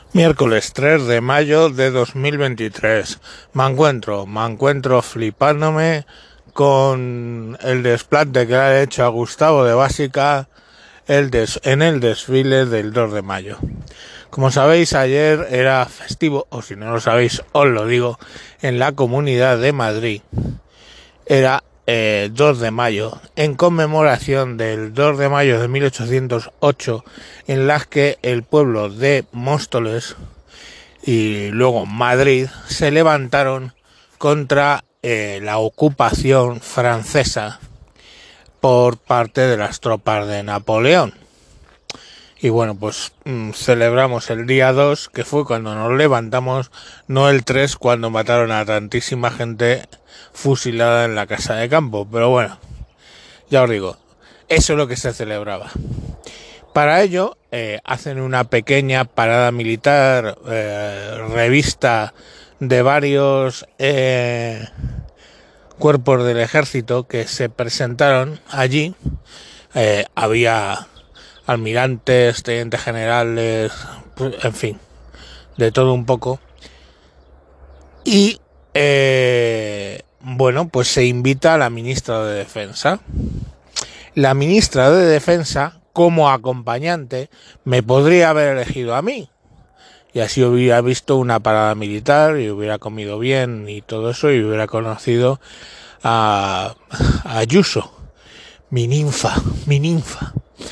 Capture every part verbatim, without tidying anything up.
Miércoles tres de mayo de dos mil veintitrés. Me encuentro, me encuentro flipándome con el desplante que le ha hecho a Gustavo de Básica el des, en el desfile del dos de mayo. Como sabéis, ayer era festivo, o si no lo sabéis, os lo digo, en la Comunidad de Madrid. Era eh, dos de mayo, en conmemoración del dos de mayo de mil ochocientos ocho, en las que el pueblo de Móstoles y luego Madrid se levantaron contra eh, la ocupación francesa por parte de las tropas de Napoleón. Y bueno, pues mmm, celebramos el día dos, que fue cuando nos levantamos, no el tres, cuando mataron a tantísima gente fusilada en la casa de campo. Pero bueno, ya os digo, eso es lo que se celebraba. Para ello, eh, hacen una pequeña parada militar, eh, revista de varios eh, cuerpos del ejército que se presentaron allí. Eh, había almirantes, tenientes generales, en fin, de todo un poco. Y eh, bueno, pues se invita a la ministra de Defensa. La ministra de Defensa, como acompañante, me podría haber elegido a mí. Y así hubiera visto una parada militar y hubiera comido bien y todo eso, y hubiera conocido a, a Ayuso, mi ninfa, mi ninfa.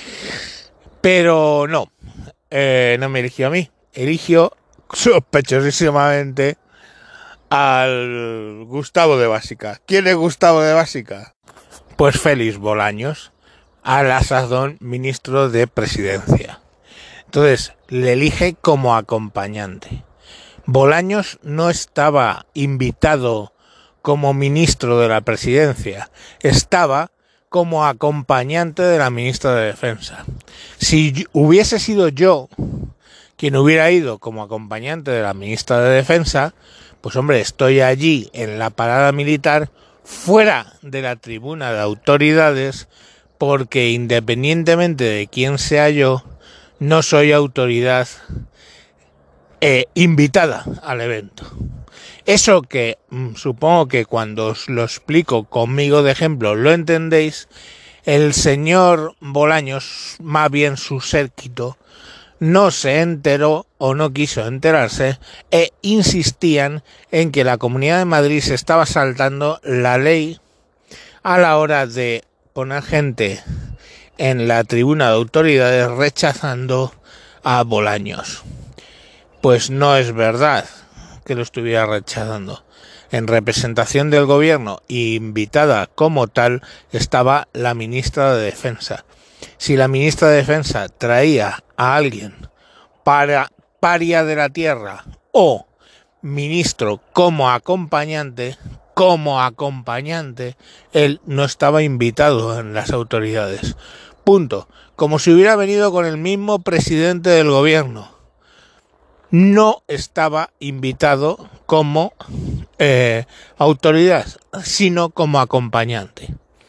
Pero no, eh, no me eligió a mí, eligió sospechosísimamente al Gustavo de Básica. ¿Quién es Gustavo de Básica? Pues Félix Bolaños, a la sazón ministro de Presidencia. Entonces, le elige como acompañante. Bolaños no estaba invitado como ministro de la Presidencia, estaba como acompañante de la ministra de Defensa. Si hubiese sido yo quien hubiera ido como acompañante de la ministra de Defensa, pues hombre, estoy allí en la parada militar, fuera de la tribuna de autoridades, porque independientemente de quién sea yo, no soy autoridad eh, invitada al evento. Eso que mmm, supongo que cuando os lo explico conmigo de ejemplo lo entendéis. El señor Bolaños, más bien su séquito, no se enteró o no quiso enterarse e insistían en que la Comunidad de Madrid se estaba saltando la ley a la hora de poner gente en la tribuna de autoridades rechazando a Bolaños. Pues no es verdad que lo estuviera rechazando. En representación del gobierno e invitada como tal estaba la ministra de Defensa. Si la ministra de Defensa traía a alguien para paria de la tierra o ministro como acompañante, como acompañante, él no estaba invitado en las autoridades. Punto. Como si hubiera venido con el mismo presidente del gobierno. No estaba invitado como eh, autoridad, sino como acompañante.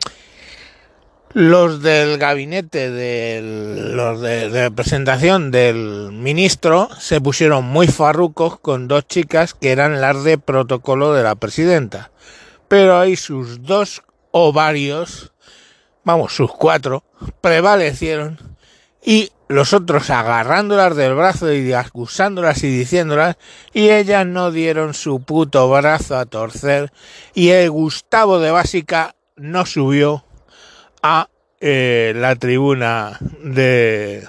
Los del gabinete de los de, de representación del ministro se pusieron muy farrucos con dos chicas que eran las de protocolo de la presidenta, pero ahí sus dos ovarios, vamos, sus cuatro, prevalecieron y los otros agarrándolas del brazo y acusándolas y diciéndolas, y ellas no dieron su puto brazo a torcer, y el Gustavo de Básica no subió a eh, la tribuna de,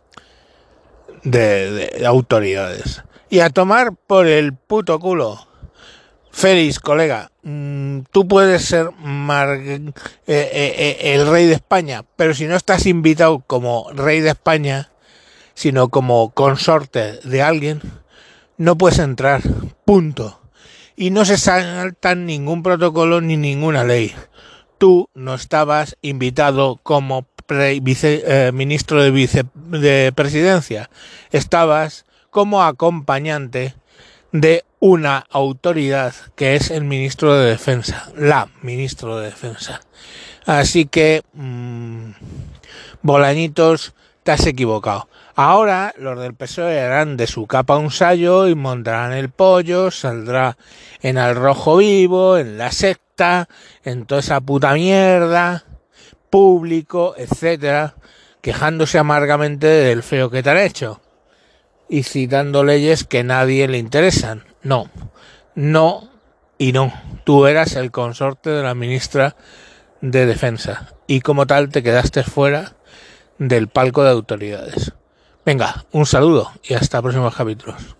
de, de autoridades. Y a tomar por el puto culo. Félix, colega, mmm, tú puedes ser mar, eh, eh, eh, el rey de España, pero si no estás invitado como rey de España, sino como consorte de alguien, no puedes entrar, punto. Y no se saltan ningún protocolo ni ninguna ley. Tú no estabas invitado como pre, vice, eh, ministro de, vice, de presidencia, estabas como acompañante de una autoridad que es el ministro de Defensa, la ministro de Defensa. Así que, mmm, Bolañitos, te has equivocado. Ahora los del P S O E harán de su capa un sayo y montarán el pollo, saldrá en Al Rojo Vivo, en La Sexta, en toda esa puta mierda, Público, etcétera, quejándose amargamente del feo que te han hecho y citando leyes que a nadie le interesan. No, no y no. Tú eras el consorte de la ministra de Defensa y como tal te quedaste fuera del palco de autoridades. Venga, un saludo y hasta próximos capítulos.